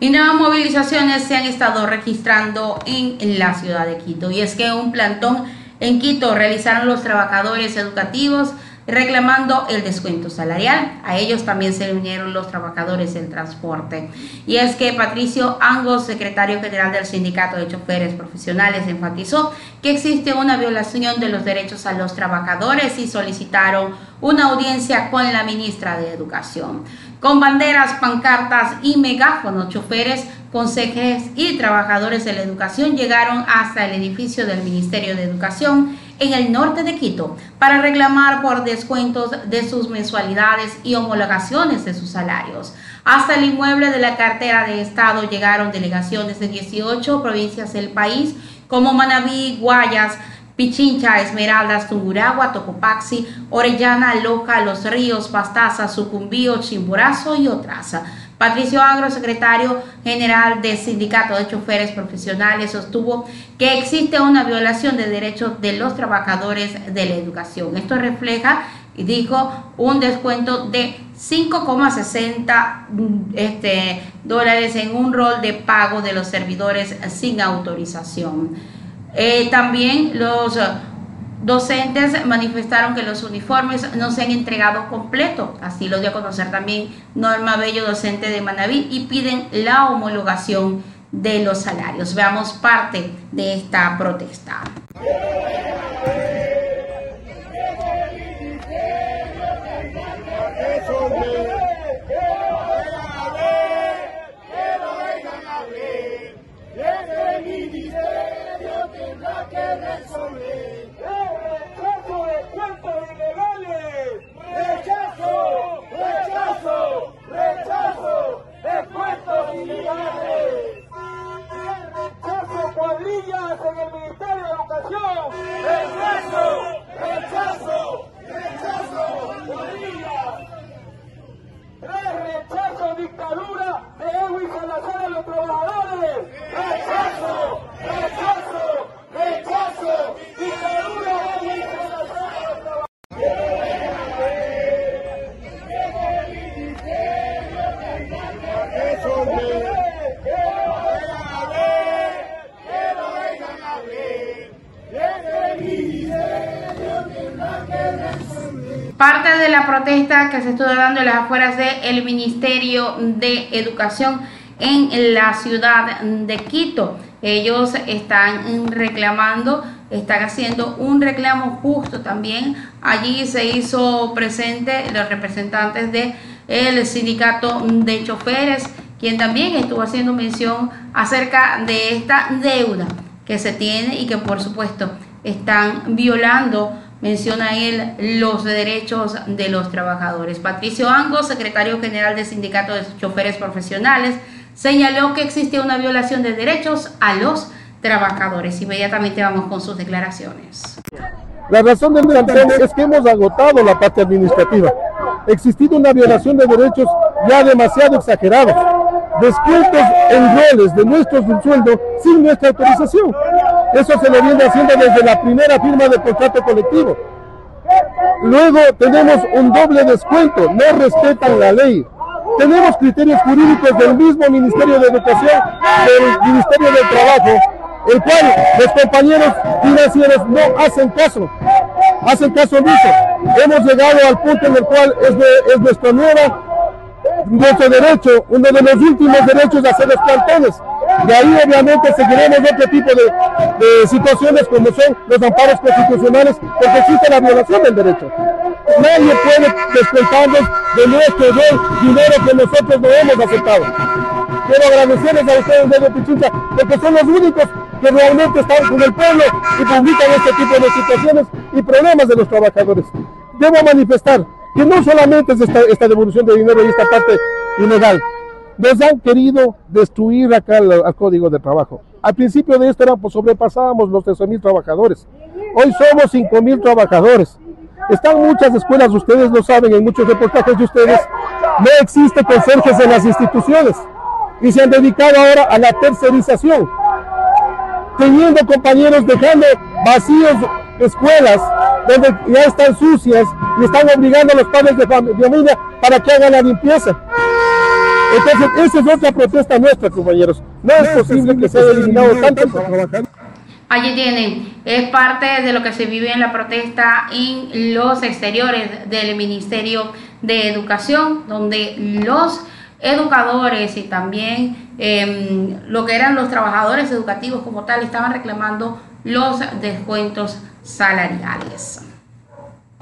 Y nuevas movilizaciones se han estado registrando en la ciudad de Quito. Y es que un plantón en Quito realizaron los trabajadores educativos reclamando el descuento salarial. A ellos también se unieron los trabajadores del transporte. Y es que Patricio Angos, secretario general del Sindicato de Choferes Profesionales, enfatizó que existe una violación de los derechos a los trabajadores y solicitaron una audiencia con la ministra de Educación. Con banderas, pancartas y megáfonos, choferes, consejeros y trabajadores de la educación llegaron hasta el edificio del Ministerio de Educación en el norte de Quito para reclamar por descuentos de sus mensualidades y homologaciones de sus salarios. Hasta el inmueble de la cartera de Estado llegaron delegaciones de 18 provincias del país como Manabí, Guayas, Pichincha, Esmeraldas, Tungurahua, Tocopaxi, Orellana, Loja, Los Ríos, Pastaza, Sucumbío, Chimborazo y otras. Patricio Angos, secretario general del Sindicato de Choferes Profesionales, sostuvo que existe una violación de derechos de los trabajadores de la educación. Esto refleja, dijo, un descuento de 5,60 dólares en un rol de pago de los servidores sin autorización. También los docentes manifestaron que los uniformes no se han entregado completo, así lo dio a conocer también Norma Bello, docente de Manabí, y piden la homologación de los salarios. Veamos parte de esta protesta. Cuadrillas en el Ministerio de Educación. Rechazo, cuadrillas. Rechazo, dictadura de Edwin Salazar a los trabajadores. Rechazo, dictadura de Edwin Salazar a los trabajadores. Parte de la protesta que se estuvo dando en las afueras del Ministerio de Educación en la ciudad de Quito. Ellos están reclamando, están haciendo un reclamo justo también. Allí se hizo presente los representantes del Sindicato de Choferes, quien también estuvo haciendo mención acerca de esta deuda que se tiene y que por supuesto están violando, menciona él, los derechos de los trabajadores. Patricio Angos, secretario general del Sindicato de Choferes Profesionales, señaló que existe una violación de derechos a los trabajadores. Inmediatamente vamos con sus declaraciones. La razón del plantón es que hemos agotado la parte administrativa. Ha existido una violación de derechos ya demasiado exagerados. Descuentos en roles de nuestro sueldo sin nuestra autorización. Eso se lo viene haciendo desde la primera firma del contrato colectivo. Luego tenemos un doble descuento, no respetan la ley. Tenemos criterios jurídicos del mismo Ministerio de Educación, del Ministerio del Trabajo, el cual los compañeros financieros no hacen caso omiso. Hemos llegado al punto en el cual es nuestro derecho, uno de los últimos derechos de hacer los plantones. De ahí obviamente seguiremos otro tipo de situaciones como son los amparos constitucionales, porque existe la violación del derecho. Nadie puede descontarnos de nuestro dinero que nosotros no hemos aceptado. Quiero agradecerles a ustedes desde Pichincha, porque son los únicos que realmente están con el pueblo y publican este tipo de situaciones y problemas de los trabajadores. Debo manifestar que no solamente es esta devolución de dinero y esta parte ilegal. Nos han querido destruir acá al Código de Trabajo. Al principio de esto sobrepasábamos los 13,000 trabajadores. Hoy somos 5,000 trabajadores. Están muchas escuelas, ustedes lo saben, en muchos reportajes de ustedes, no existe conserjes en las instituciones y se han dedicado ahora a la tercerización, teniendo compañeros dejando vacíos escuelas donde ya están sucias y están obligando a los padres de familia para que hagan la limpieza. Entonces, esa es otra protesta nuestra, compañeros. No es posible que se haya eliminado tanto trabajadores. Allí tienen, es parte de lo que se vive en la protesta en los exteriores del Ministerio de Educación, donde los educadores y también lo que eran los trabajadores educativos como tal estaban reclamando los descuentos salariales.